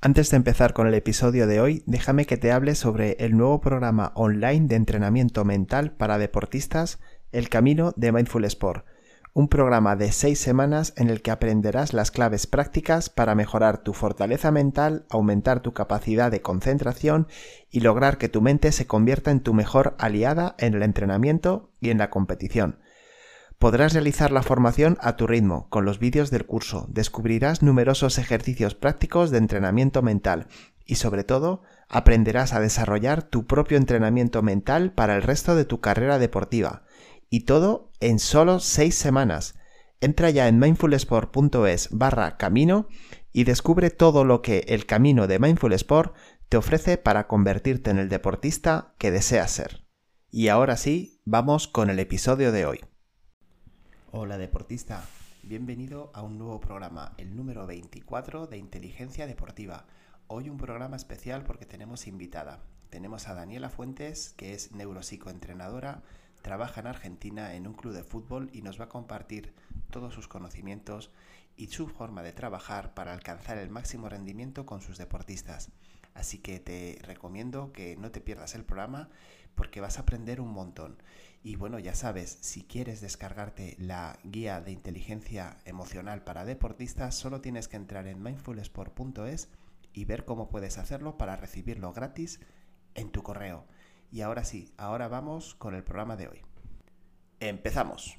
Antes de empezar con el episodio de hoy, déjame que te hable sobre el nuevo programa online de entrenamiento mental para deportistas, El Camino de Mindful Sport, un programa de 6 semanas en el que aprenderás las claves prácticas para mejorar tu fortaleza mental, aumentar tu capacidad de concentración y lograr que tu mente se convierta en tu mejor aliada en el entrenamiento y en la competición. Podrás realizar la formación a tu ritmo, con los vídeos del curso, descubrirás numerosos ejercicios prácticos de entrenamiento mental y sobre todo aprenderás a desarrollar tu propio entrenamiento mental para el resto de tu carrera deportiva. Y todo en solo 6 semanas. Entra ya en mindfulsport.es/camino y descubre todo lo que el camino de Mindful Sport te ofrece para convertirte en el deportista que deseas ser. Y ahora sí, vamos con el episodio de hoy. Hola deportista, bienvenido a un nuevo programa, el número 24 de Inteligencia Deportiva. Hoy un programa especial porque tenemos invitada. Tenemos a Daniela Fuentes, que es neuropsicoentrenadora, trabaja en Argentina en un club de fútbol y nos va a compartir todos sus conocimientos y su forma de trabajar para alcanzar el máximo rendimiento con sus deportistas. Así que te recomiendo que no te pierdas el programa porque vas a aprender un montón. Y bueno, ya sabes, si quieres descargarte la guía de inteligencia emocional para deportistas, solo tienes que entrar en mindfulsport.es y ver cómo puedes hacerlo para recibirlo gratis en tu correo. Y ahora sí, ahora vamos con el programa de hoy. ¡Empezamos!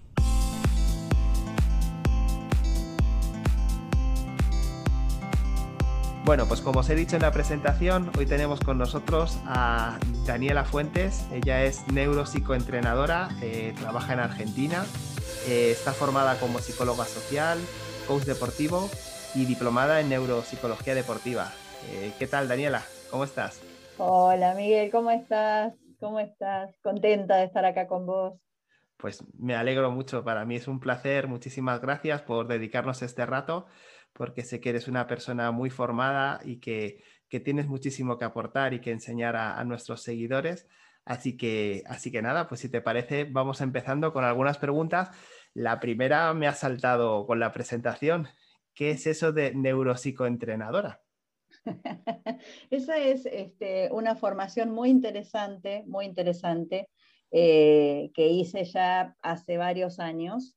Bueno, pues como os he dicho en la presentación, hoy tenemos con nosotros a Daniela Fuentes. Ella es neuropsicoentrenadora, trabaja en Argentina, está formada como psicóloga social, coach deportivo y diplomada en neuropsicología deportiva. ¿Qué tal, Daniela? ¿Cómo estás? Hola Miguel, ¿cómo estás? ¿Cómo estás? Contenta de estar acá con vos. Pues me alegro mucho, para mí es un placer, muchísimas gracias por dedicarnos este rato, porque sé que eres una persona muy formada y que tienes muchísimo que aportar y que enseñar a nuestros seguidores. Así que nada, pues si te parece, vamos empezando con algunas preguntas. La primera me ha saltado con la presentación. ¿Qué es eso de neuropsicoentrenadora? Esa es una formación muy interesante, que hice ya hace varios años,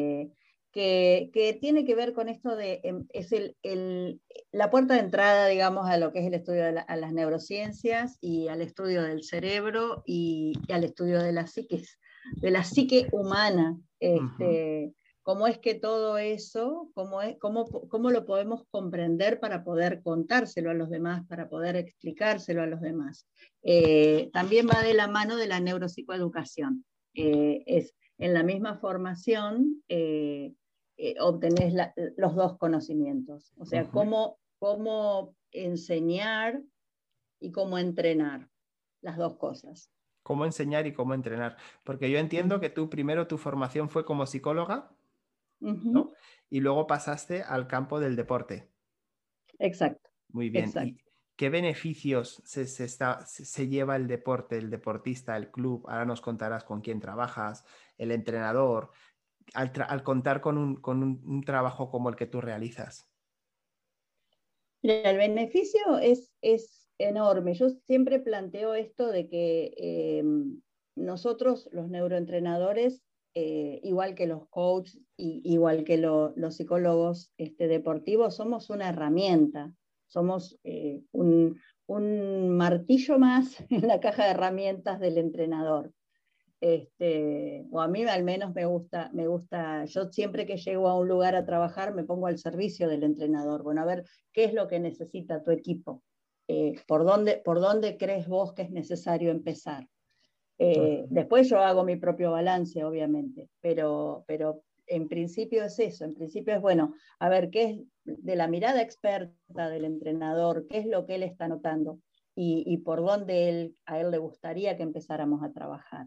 que tiene que ver con esto de, es la puerta de entrada, digamos, a lo que es el estudio a las neurociencias y al estudio del cerebro y al estudio de de la psique humana. Ujú. Cómo es que todo eso, cómo lo podemos comprender para poder contárselo a los demás, para poder explicárselo a los demás. También va de la mano de la neuropsicoeducación. Es en la misma formación, obtenés los dos conocimientos, o sea, Ujú. cómo enseñar y cómo entrenar, las dos cosas. ¿Cómo enseñar y cómo entrenar? Porque yo entiendo Uh que tú primero tu formación fue como psicóloga, ¿no? -huh. Y luego pasaste al campo del deporte. Exacto, Muy bien. exacto. ¿Y qué beneficios se lleva el deporte, el deportista, el club? Ahora nos contarás con quién trabajas, el entrenador, al contar con un trabajo como el que tú realizas. Mira, el beneficio es enorme. Yo siempre planteo esto de que nosotros, los neuroentrenadores, igual que los coaches, igual que los psicólogos deportivos, somos una herramienta, somos un martillo más en la caja de herramientas del entrenador. O a mí al menos me gusta, yo siempre que llego a un lugar a trabajar me pongo al servicio del entrenador. Bueno, a ver, ¿qué es lo que necesita tu equipo? Por dónde crees vos que es necesario empezar? Ujú. Después yo hago mi propio balance, obviamente, pero en principio es eso, en principio es, bueno, a ver, ¿qué es de la mirada experta del entrenador? ¿Qué es lo que él está notando? Y por dónde a él le gustaría que empezáramos a trabajar.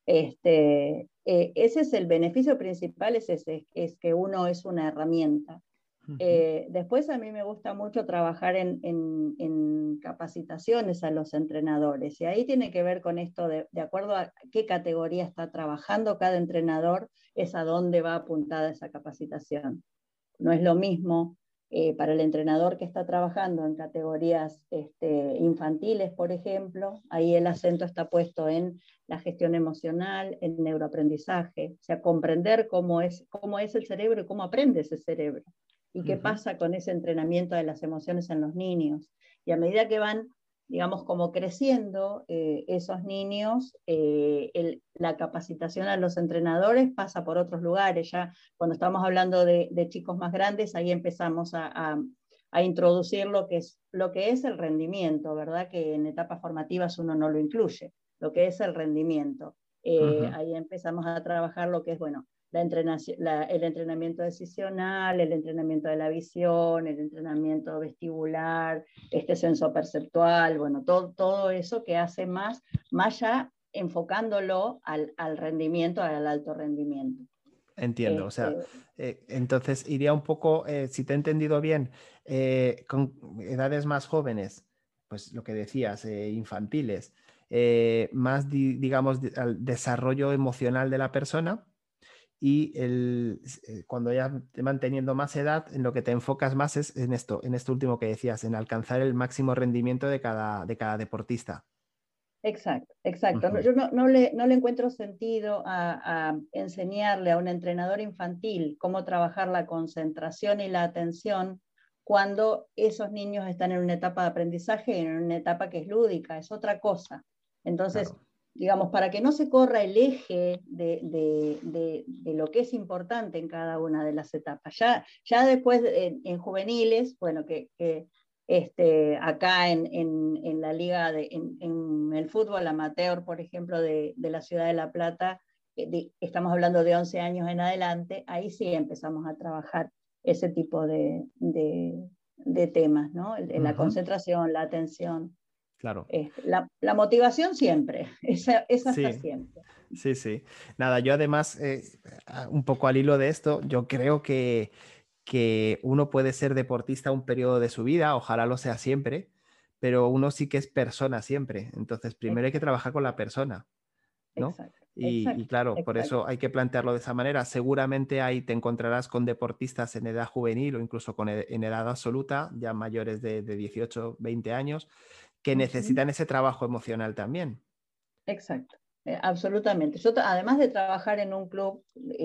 Ese es el beneficio principal, es ese, es que uno es una herramienta. Ujú. Después a mí me gusta mucho trabajar en capacitaciones a los entrenadores y ahí tiene que ver con esto de acuerdo a qué categoría está trabajando cada entrenador, es a dónde va apuntada esa capacitación. No es lo mismo para el entrenador que está trabajando en categorías infantiles, por ejemplo, ahí el acento está puesto en la gestión emocional, en neuroaprendizaje, o sea, comprender cómo es el cerebro y cómo aprende ese cerebro, y qué pasa con ese entrenamiento de las emociones en los niños. Y a medida que van, digamos, como creciendo esos niños, la capacitación a los entrenadores pasa por otros lugares. Ya cuando estamos hablando de chicos más grandes, ahí empezamos a introducir lo que es el rendimiento, ¿verdad? Que en etapas formativas uno no lo incluye, lo que es el rendimiento. Ahí empezamos a trabajar lo que es, bueno, el entrenamiento decisional, el entrenamiento de la visión, el entrenamiento vestibular, sensoperceptual, bueno, todo eso que hace más ya enfocándolo al rendimiento, al alto rendimiento. Entiendo, o sea, entonces iría un poco, si te he entendido bien, con edades más jóvenes, pues lo que decías, infantiles, más, digamos, al desarrollo emocional de la persona y cuando ya manteniendo más edad, en lo que te enfocas más es en esto último que decías, en alcanzar el máximo rendimiento de cada deportista. Exacto, exacto. Yo no le encuentro sentido a enseñarle a un entrenador infantil cómo trabajar la concentración y la atención cuando esos niños están en una etapa de aprendizaje y en una etapa que es lúdica, es otra cosa. Entonces, Claro. digamos, para que no se corra el eje de lo que es importante en cada una de las etapas. Ya después en juveniles, bueno, acá en la liga, en el fútbol amateur, por ejemplo, de la ciudad de La Plata, estamos hablando de 11 años en adelante, ahí sí empezamos a trabajar ese tipo de temas, ¿no? La concentración, la atención. Claro. La motivación siempre, esa está Sí, siempre. sí, sí. Nada, yo además, un poco al hilo de esto, yo creo que uno puede ser deportista un periodo de su vida, ojalá lo sea siempre, pero uno sí que es persona siempre. Entonces, primero hay que Exacto, trabajar con la persona, ¿no? exacto, Y exacto, claro, por exacto. eso hay que plantearlo de esa manera. Seguramente ahí te encontrarás con deportistas en edad juvenil o incluso en edad absoluta, ya mayores de 18, 20 años, que Ujú. necesitan ese trabajo emocional también. Exacto, absolutamente. Yo, además de trabajar en un club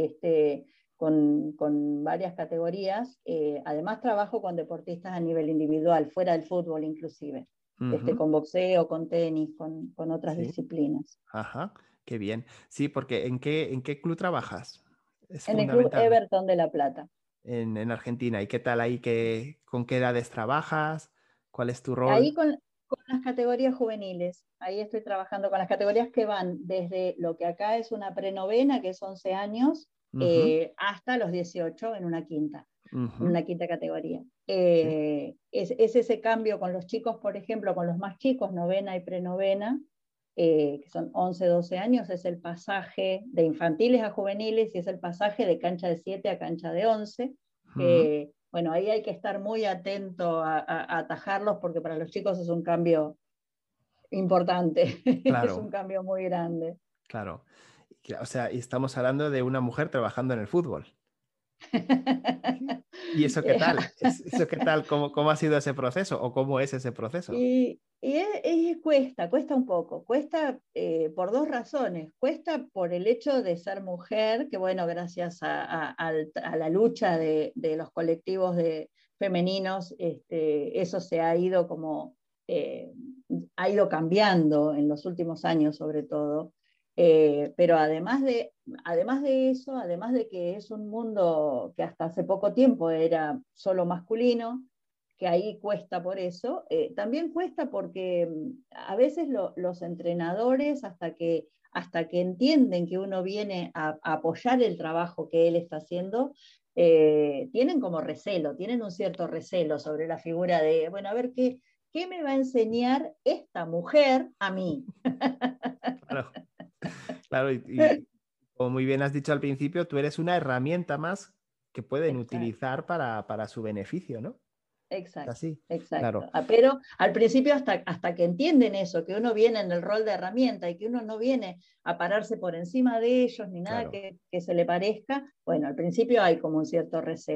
con varias categorías, además trabajo con deportistas a nivel individual, fuera del fútbol inclusive, Ujú. con boxeo, con tenis, con otras Sí. disciplinas. Ajá, qué bien. Sí, porque ¿en qué club trabajas? Es En el club fundamental Everton de La Plata. en Argentina. ¿Y qué tal ahí? ¿Con qué edades trabajas? ¿Cuál es tu Ahí rol? con las categorías juveniles, ahí estoy trabajando con las categorías que van desde lo que acá es una prenovena, que es 11 años, Ujú, hasta los 18 en ujú, una quinta categoría. sí, Es ese cambio con los chicos, por ejemplo, con los más chicos, novena y prenovena, que son 11, 12 años, es el pasaje de infantiles a juveniles y es el pasaje de cancha de 7 a cancha de 11. ujú, Bueno, ahí hay que estar muy atento a atajarlos porque para los chicos es un cambio importante, es un claro, cambio muy grande. claro. O sea, y estamos hablando de una mujer trabajando en el fútbol. ¿Y eso qué tal? ¿Eso qué tal? ¿Cómo ha sido ese proceso? ¿O cómo es ese proceso? Cuesta un poco, cuesta por dos razones. Cuesta por el hecho de ser mujer, que bueno, gracias a la lucha de los colectivos femeninos, eso se ha ido eh, ha ido cambiando en los últimos años sobre todo. Pero además de eso, además de que es un mundo que hasta hace poco tiempo era solo masculino, que ahí cuesta por eso, también cuesta porque a veces los entrenadores, hasta que entienden que uno viene a apoyar el trabajo que él está haciendo, tienen como recelo, tienen un cierto recelo sobre la figura de, bueno, a ver qué me va a enseñar esta mujer a mí. Claro, claro, y como muy bien has dicho al principio, tú eres una herramienta más que pueden Exacto. utilizar para su beneficio, ¿no? Es Exacto, así, exacto. claro, Pero al principio hasta que entienden eso, que uno viene en el rol de herramienta y que uno no viene a pararse por encima de ellos ni nada claro. que se le parezca, bueno, al principio hay como un cierto recelo.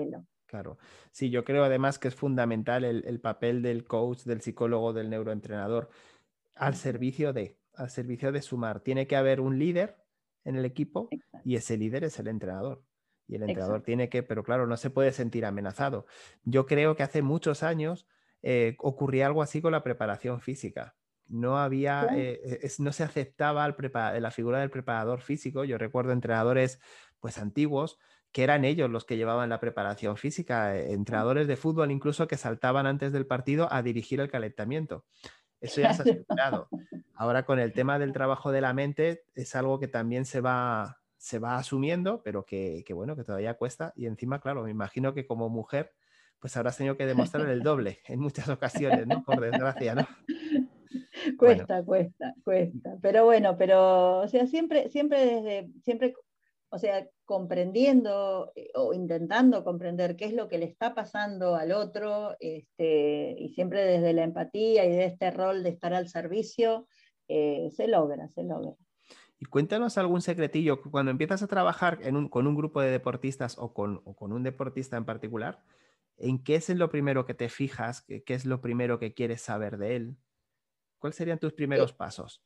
Claro. Sí, yo creo además que es fundamental el papel del coach, del psicólogo, del neuroentrenador Ujú. al servicio de sumar. Tiene que haber un líder en el equipo Exacto, y ese líder es el entrenador. Y el entrenador exacto. tiene que, pero claro, no se puede sentir amenazado. Yo creo que hace muchos años ocurría algo así con la preparación física. No había, Claro. no se aceptaba la figura del preparador físico. Yo recuerdo entrenadores pues antiguos que eran ellos los que llevaban la preparación física, entrenadores de fútbol incluso que saltaban antes del partido a dirigir el calentamiento. Eso ya se ha Claro. superado. Ahora con el tema del trabajo de la mente es algo que también se va asumiendo, pero que bueno, que todavía cuesta. Y encima, claro, me imagino que como mujer, pues habrás tenido que demostrar el doble en muchas ocasiones, ¿no? Por desgracia, ¿no? Bueno, Cuesta, cuesta, cuesta. Pero bueno, pero, o sea, siempre, o sea, comprendiendo o intentando comprender qué es lo que le está pasando al otro, y siempre desde la empatía y de este rol de estar al servicio, se logra, se logra. y cuéntanos algún secretillo. Cuando empiezas a trabajar con un grupo de deportistas o con un deportista en particular, ¿en qué es lo primero que te fijas? ¿Qué es lo primero que quieres saber de él? ¿Cuáles serían tus primeros Eh, pasos?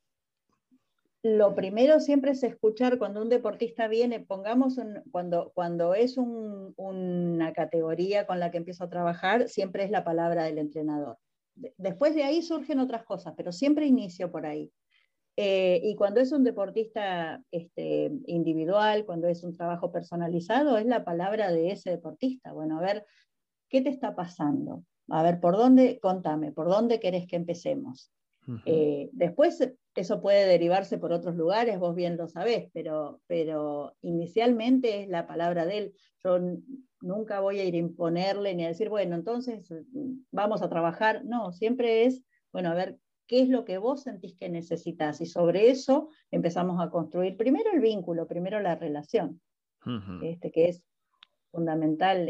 Lo primero siempre es escuchar cuando un deportista viene, cuando es una categoría con la que empiezo a trabajar, siempre es la palabra del entrenador. Después de ahí surgen otras cosas, pero siempre inicio por ahí. Y cuando es un deportista individual, cuando es un trabajo personalizado, es la palabra de ese deportista. Bueno, a ver, ¿qué te está pasando? A ver, ¿por dónde? Contame, ¿por dónde querés que empecemos? Ujú. Después eso puede derivarse por otros lugares, vos bien lo sabés, pero inicialmente es la palabra de él. Yo nunca voy a ir a imponerle ni a decir, bueno, entonces vamos a trabajar. No, siempre es, bueno, a ver, ¿qué es lo que vos sentís que necesitas? Y sobre eso empezamos a construir primero el vínculo, primero la relación, Ujú. que es fundamental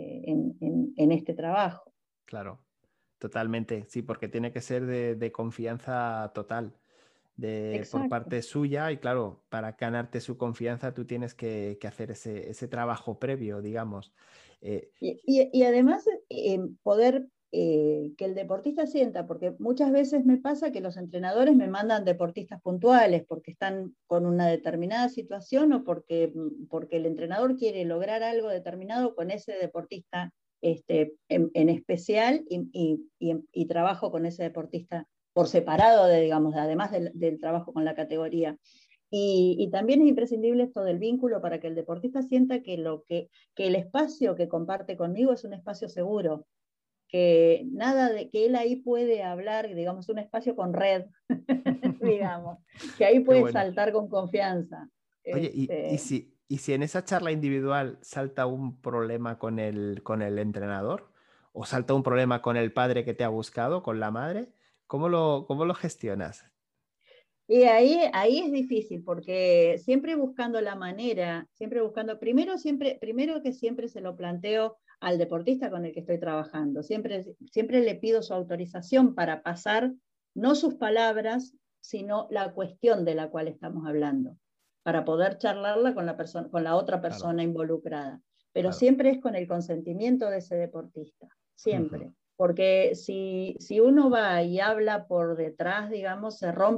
en este trabajo. Claro, totalmente, sí, porque tiene que ser de confianza total por Exacto. parte suya y claro, para ganarte su confianza tú tienes que hacer ese trabajo previo, digamos. Eh, Y además poder que el deportista sienta, porque muchas veces me pasa que los entrenadores me mandan deportistas puntuales porque están con una determinada situación o porque el entrenador quiere lograr algo determinado con ese deportista en especial y trabajo con ese deportista por separado, digamos, además del trabajo con la categoría. Y también es imprescindible esto del vínculo para que el deportista sienta que el espacio que comparte conmigo es un espacio seguro, que nada de que él ahí puede hablar, digamos, un espacio con red, digamos, que ahí Qué puede bueno. saltar con confianza. Oye, Este, y si en esa charla individual salta un problema con el entrenador o salta un problema con el padre que te ha buscado, con la madre, cómo lo gestionas? y ahí es difícil, porque siempre buscando la manera, siempre buscando, primero que siempre se lo planteo al deportista con el que estoy trabajando, siempre le pido su autorización para pasar, no sus palabras, sino la cuestión de la cual estamos hablando, para poder charlarla con la otra Claro, persona involucrada. Pero claro. siempre es con el consentimiento de ese deportista, Ujú. siempre. Porque si uno va y habla por detrás, digamos,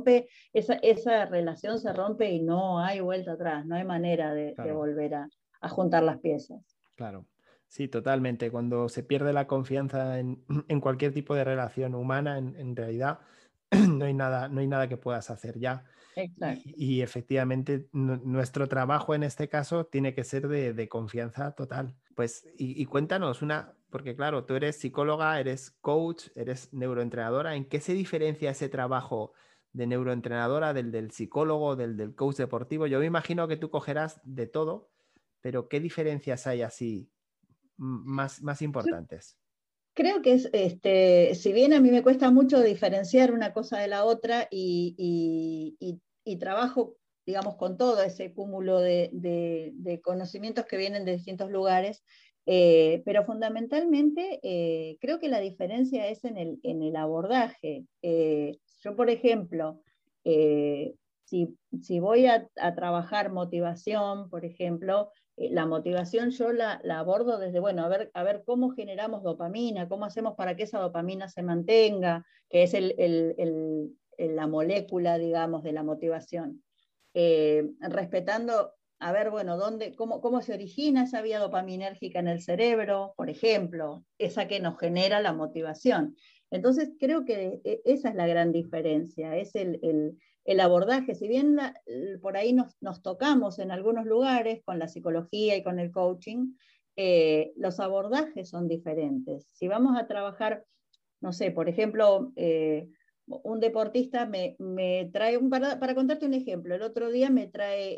esa relación se rompe y no hay vuelta atrás, no hay manera de Claro. volver a juntar las piezas. Claro, sí, totalmente. Cuando se pierde la confianza en cualquier tipo de relación humana, en realidad no hay nada que puedas hacer ya. Exacto. Y efectivamente nuestro trabajo en este caso tiene que ser de confianza total. Pues, y cuéntanos porque claro, tú eres psicóloga, eres coach, eres neuroentrenadora. ¿En qué se diferencia ese trabajo de neuroentrenadora del psicólogo, del coach deportivo? Yo me imagino que tú cogerás de todo, pero ¿qué diferencias hay así más Yo importantes? creo que si bien a mí me cuesta mucho diferenciar una cosa de la otra y trabajo, digamos, con todo ese cúmulo de conocimientos que vienen de distintos lugares, pero fundamentalmente creo que la diferencia es en el abordaje. Yo, por ejemplo, eh, si voy a trabajar motivación, por ejemplo, La motivación yo la abordo desde, bueno, a ver cómo generamos dopamina, cómo hacemos para que esa dopamina se mantenga, que es la molécula, digamos, de la motivación. Respetando, a ver, bueno, cómo se origina esa vía dopaminérgica en el cerebro, por ejemplo, esa que nos genera la motivación. Entonces, creo que esa es la gran diferencia, es el abordaje. Si bien por ahí nos tocamos en algunos lugares con la psicología y con el coaching, los abordajes son diferentes. Si vamos a trabajar, no sé, por ejemplo, un deportista me trae, para contarte un ejemplo, el otro día me trae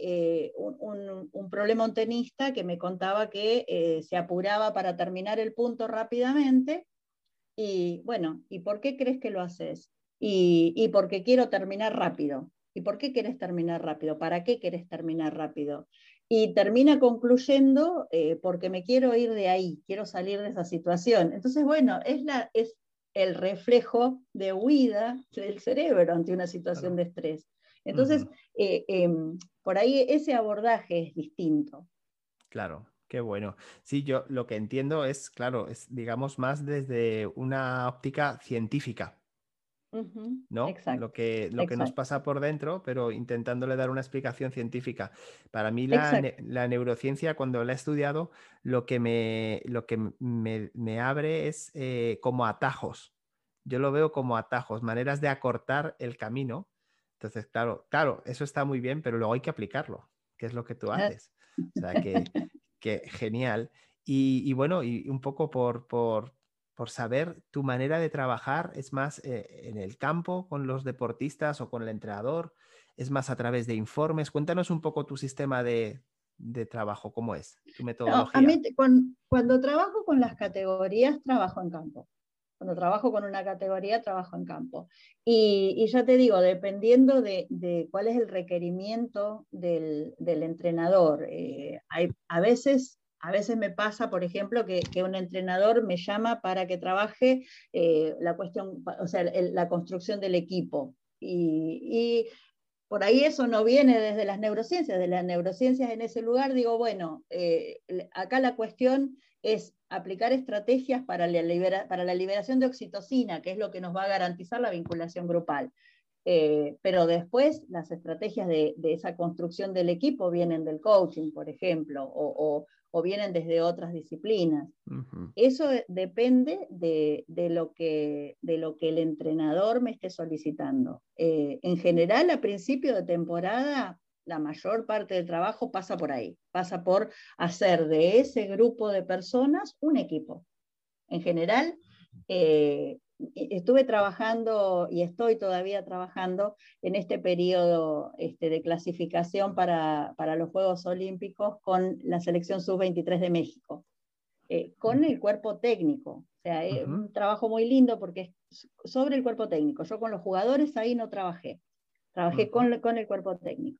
un problema un tenista que me contaba que se apuraba para terminar el punto rápidamente y bueno, ¿y por qué crees que lo haces? Y porque quiero terminar rápido. ¿Y por qué querés terminar rápido? ¿Para qué querés terminar rápido? Y termina concluyendo porque me quiero ir de ahí, quiero salir de esa situación. Entonces, bueno, es el reflejo de huida del cerebro ante una situación Claro. de estrés. Entonces, por ahí ese abordaje es distinto. Claro, qué bueno. Sí, yo lo que entiendo es, claro, es digamos más desde una óptica científica, ¿no? Exacto, Lo que nos exacto, pasa por dentro, pero intentándole dar una explicación científica. Para mí exacto. la neurociencia, cuando la he estudiado, lo que me abre es como atajos. Yo lo veo como atajos, maneras de acortar el camino. Entonces, claro, eso está muy bien, pero luego hay que aplicarlo, que es lo que tú haces. O sea, que genial. Y bueno, y un poco por saber tu manera de trabajar, es más en el campo con los deportistas o con el entrenador, es más a través de informes. Cuéntanos un poco tu sistema de trabajo, ¿cómo es? Tu No, metodología. cuando trabajo con las categorías, trabajo en campo. Cuando trabajo con una categoría, trabajo en campo. Y ya te digo, dependiendo de cuál es el requerimiento del entrenador. A veces me pasa, por ejemplo, que un entrenador me llama para que trabaje la cuestión, o sea, la construcción del equipo. Y por ahí eso no viene desde las neurociencias, de las neurociencias en ese lugar digo, bueno, acá la cuestión es aplicar estrategias para la liberación de oxitocina, que es lo que nos va a garantizar la vinculación grupal. Pero después las estrategias de esa construcción del equipo vienen del coaching, por ejemplo, o vienen desde otras disciplinas. Ujú. Eso depende de lo que el entrenador me esté solicitando. En general, a principio de temporada, la mayor parte del trabajo pasa por ahí, pasa por hacer de ese grupo de personas un equipo. En general, estuve trabajando y estoy todavía trabajando en este periodo de clasificación para los Juegos Olímpicos con la selección sub-23 de México con el cuerpo técnico. O sea, es Ujú. un trabajo muy lindo porque es sobre el cuerpo técnico. Yo con los jugadores ahí no trabajé, trabajé Ujú. con el cuerpo técnico.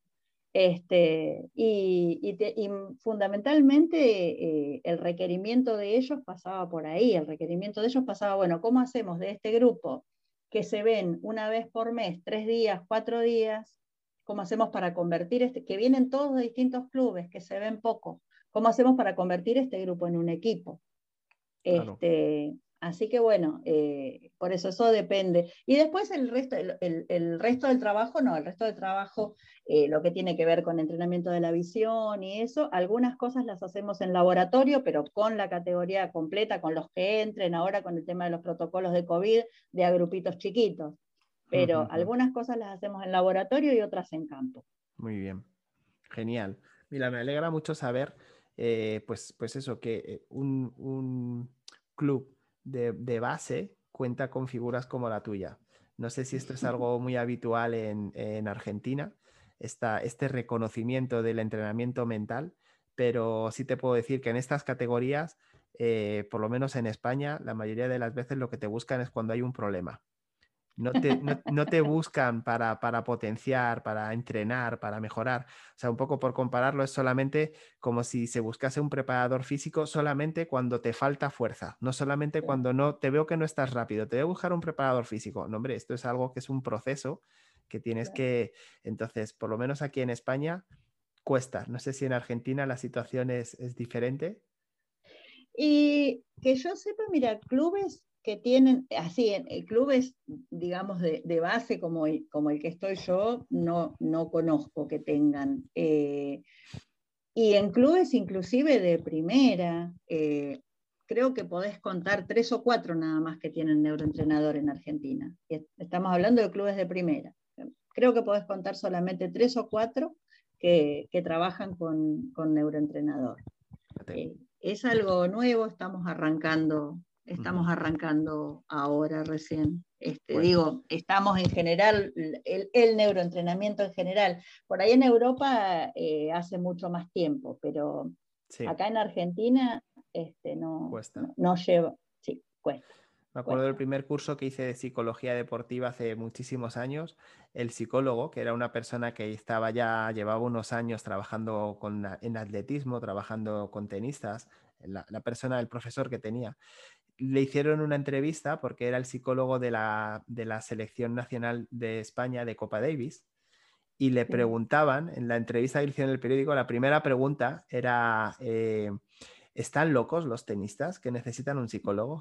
Y fundamentalmente el requerimiento de ellos pasaba por ahí, el requerimiento de ellos pasaba, bueno, ¿cómo hacemos de este grupo que se ven una vez por mes, 3 días, 4 días? ¿Cómo hacemos para convertir que vienen todos de distintos clubes, que se ven poco? ¿Cómo hacemos para convertir este grupo en un equipo? Claro. Así que bueno, por eso depende. Y después el resto del trabajo, no, el resto del trabajo, lo que tiene que ver con entrenamiento de la visión y eso, algunas cosas las hacemos en laboratorio, pero con la categoría completa, con los que entren ahora con el tema de los protocolos de COVID, de a grupitos chiquitos. Pero Ujú. algunas cosas las hacemos en laboratorio y otras en campo. Muy bien. Genial. Mira, me alegra mucho saber, pues eso, que un club de base cuenta con figuras como la tuya. No sé si esto es algo muy habitual en Argentina, este reconocimiento del entrenamiento mental, pero sí te puedo decir que en estas categorías, por lo menos en España, la mayoría de las veces lo que te buscan es cuando hay un problema. No te buscan para potenciar, para entrenar, para mejorar. O sea, un poco por compararlo, es solamente como si se buscase un preparador físico solamente cuando te falta fuerza, no solamente cuando no te veo que no estás rápido, te voy a buscar un preparador físico. No, hombre, esto es algo que es un proceso que tienes que, entonces, por lo menos aquí en España, cuesta. No sé si en Argentina la situación es diferente. Y que yo sepa, mira, clubes que tienen, así, clubes, digamos, de base como el que estoy yo, no conozco que tengan. Y en clubes inclusive de primera, creo que podés contar 3 o 4 nada más que tienen neuroentrenador en Argentina. Estamos hablando de clubes de primera. Creo que podés contar solamente 3 o 4 que trabajan con neuroentrenador. Es algo nuevo, estamos arrancando ahora recién. Bueno, Digo, estamos en general, el neuroentrenamiento en general. Por ahí en Europa hace mucho más tiempo, pero sí, acá en Argentina cuesta. no lleva, sí, cuesta, Me acuerdo del cuesta. primer curso que hice de psicología deportiva hace muchísimos años. El psicólogo, que era una persona que llevaba unos años trabajando en atletismo, trabajando con tenistas, la persona, el profesor que tenía, le hicieron una entrevista porque era el psicólogo de la selección nacional de España de Copa Davis y le Sí. preguntaban, en la entrevista que le hicieron en el periódico, la primera pregunta era, ¿están locos los tenistas que necesitan un psicólogo?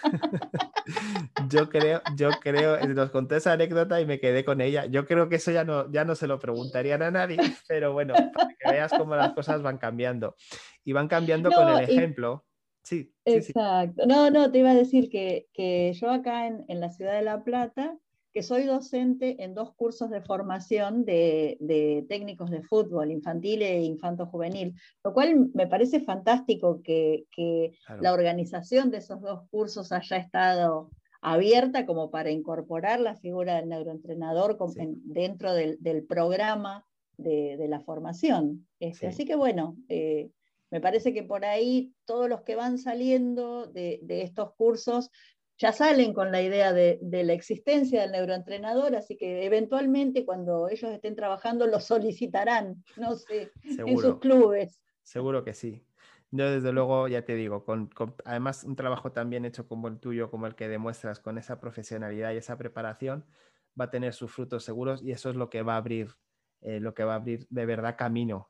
Nos contó esa anécdota y me quedé con ella. Yo creo que eso ya no se lo preguntarían a nadie, pero bueno, para que veas cómo las cosas van cambiando. Y van cambiando con el No, ejemplo. Sí, sí, sí. exacto. No, te iba a decir que yo acá en la ciudad de La Plata, que soy docente en 2 cursos de formación de técnicos de fútbol infantil e infanto-juvenil, lo cual me parece fantástico que Claro, la organización de esos 2 cursos haya estado abierta como para incorporar la figura del neuroentrenador sí, dentro del programa de la formación. sí. Así que bueno, me parece que por ahí todos los que van saliendo de estos cursos ya salen con la idea de la existencia del neuroentrenador, así que eventualmente cuando ellos estén trabajando lo solicitarán, no sé, en sus Seguro, clubes. seguro que sí. Yo desde luego, ya te digo, además un trabajo tan bien hecho como el tuyo, como el que demuestras con esa profesionalidad y esa preparación, va a tener sus frutos seguros y eso es lo que va a abrir de verdad camino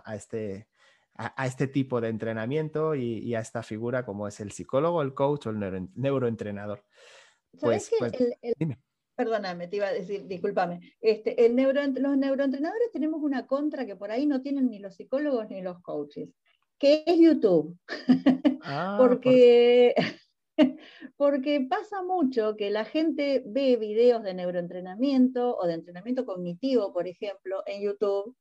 a este tipo de entrenamiento y a esta figura como es el psicólogo, el coach o el neuroentrenador. ¿Sabés Pues, que pues, dime. perdóname, te iba a decir, discúlpame, los neuroentrenadores tenemos una contra que por ahí no tienen ni los psicólogos ni los coaches, que es YouTube. Ah, Porque, porque pasa mucho que la gente ve videos de neuroentrenamiento o de entrenamiento cognitivo, por ejemplo, en YouTube,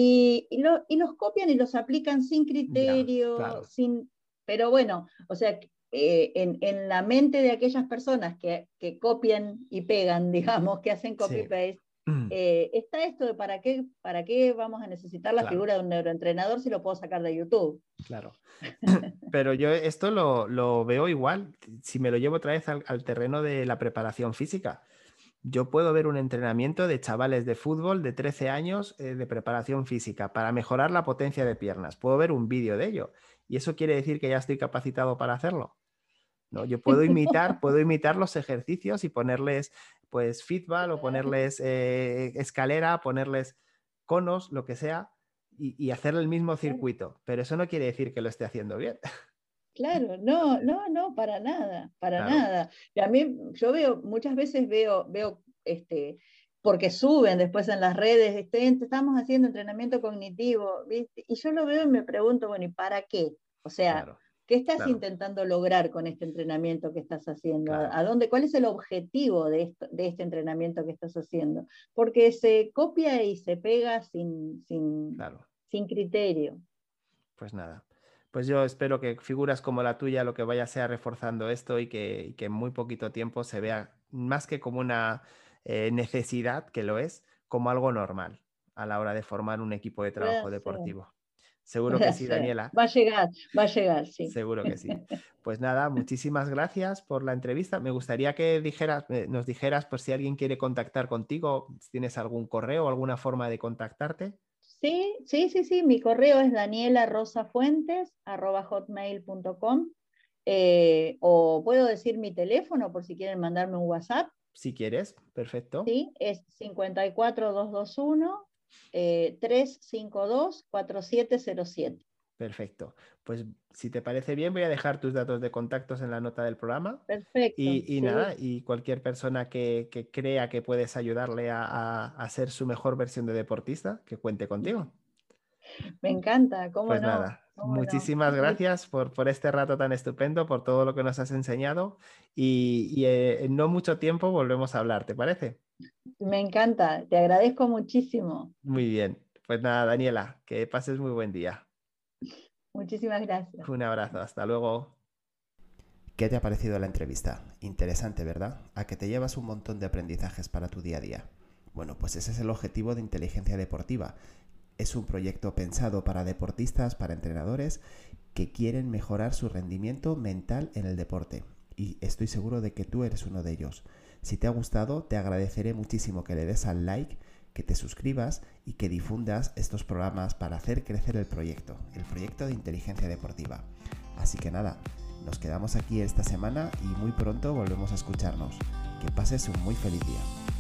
y los copian y los aplican sin ya, criterio, claro. pero bueno, o sea, en la mente de aquellas personas que copian y pegan, digamos, que hacen Sí, copy-paste, está esto de para qué vamos a necesitar la claro, figura de un neuroentrenador si lo puedo sacar de YouTube. claro. Pero yo esto lo veo igual, si me lo llevo otra vez al terreno de la preparación física. Yo puedo ver un entrenamiento de chavales de fútbol de 13 años de preparación física para mejorar la potencia de piernas. Puedo ver un vídeo de ello. ¿Y eso quiere decir que ya estoy capacitado para hacerlo? ¿No? Yo puedo imitar los ejercicios y ponerles pues feedback o ponerles escalera, ponerles conos, lo que sea, y hacer el mismo circuito. Pero eso no quiere decir que lo esté haciendo bien. Claro, no, para nada, para Claro, nada. Y a mí, yo muchas veces porque suben después en las redes, estamos haciendo entrenamiento cognitivo, ¿viste? Y yo lo veo y me pregunto, bueno, ¿y para qué? O sea, claro, ¿qué estás claro, intentando lograr con este entrenamiento que estás haciendo? claro, Cuál es el objetivo de este entrenamiento que estás haciendo? Porque se copia y se pega claro. sin criterio. Pues nada. Pues yo espero que figuras como la tuya lo que vaya sea reforzando esto y que en muy poquito tiempo se vea más que como una necesidad, que lo es, como algo normal a la hora de formar un equipo de trabajo Puede ser. deportivo. Seguro que Puede sí, ser. Daniela. Va a llegar, sí. Seguro que sí. Pues nada, muchísimas gracias por la entrevista. Me gustaría que nos dijeras, por si alguien quiere contactar contigo, si tienes algún correo o alguna forma de contactarte. Sí. Mi correo es danielarosafuentes@hotmail.com. O puedo decir mi teléfono por si quieren mandarme un WhatsApp. Si quieres, perfecto. ¿Sí? Es 54221 352-4707. Perfecto. Pues si te parece bien, voy a dejar tus datos de contactos en la nota del programa. Perfecto, Y sí. nada, y cualquier persona que crea que puedes ayudarle a ser su mejor versión de deportista, que cuente contigo. Me encanta, ¿cómo Pues no? nada, ¿Cómo no? muchísimas gracias por este rato tan estupendo, por todo lo que nos has enseñado y en no mucho tiempo volvemos a hablar, ¿te parece? Me encanta, te agradezco muchísimo. Muy bien. Pues nada, Daniela, que pases muy buen día. Muchísimas gracias. Un abrazo, hasta luego. ¿Qué te ha parecido la entrevista? Interesante, ¿verdad? A que te llevas un montón de aprendizajes para tu día a día. Bueno, pues ese es el objetivo de Inteligencia Deportiva. Es un proyecto pensado para deportistas, para entrenadores que quieren mejorar su rendimiento mental en el deporte. Y estoy seguro de que tú eres uno de ellos. Si te ha gustado, te agradeceré muchísimo que le des al like, que te suscribas y que difundas estos programas para hacer crecer el proyecto de Inteligencia Deportiva. Así que nada, nos quedamos aquí esta semana y muy pronto volvemos a escucharnos. Que pases un muy feliz día.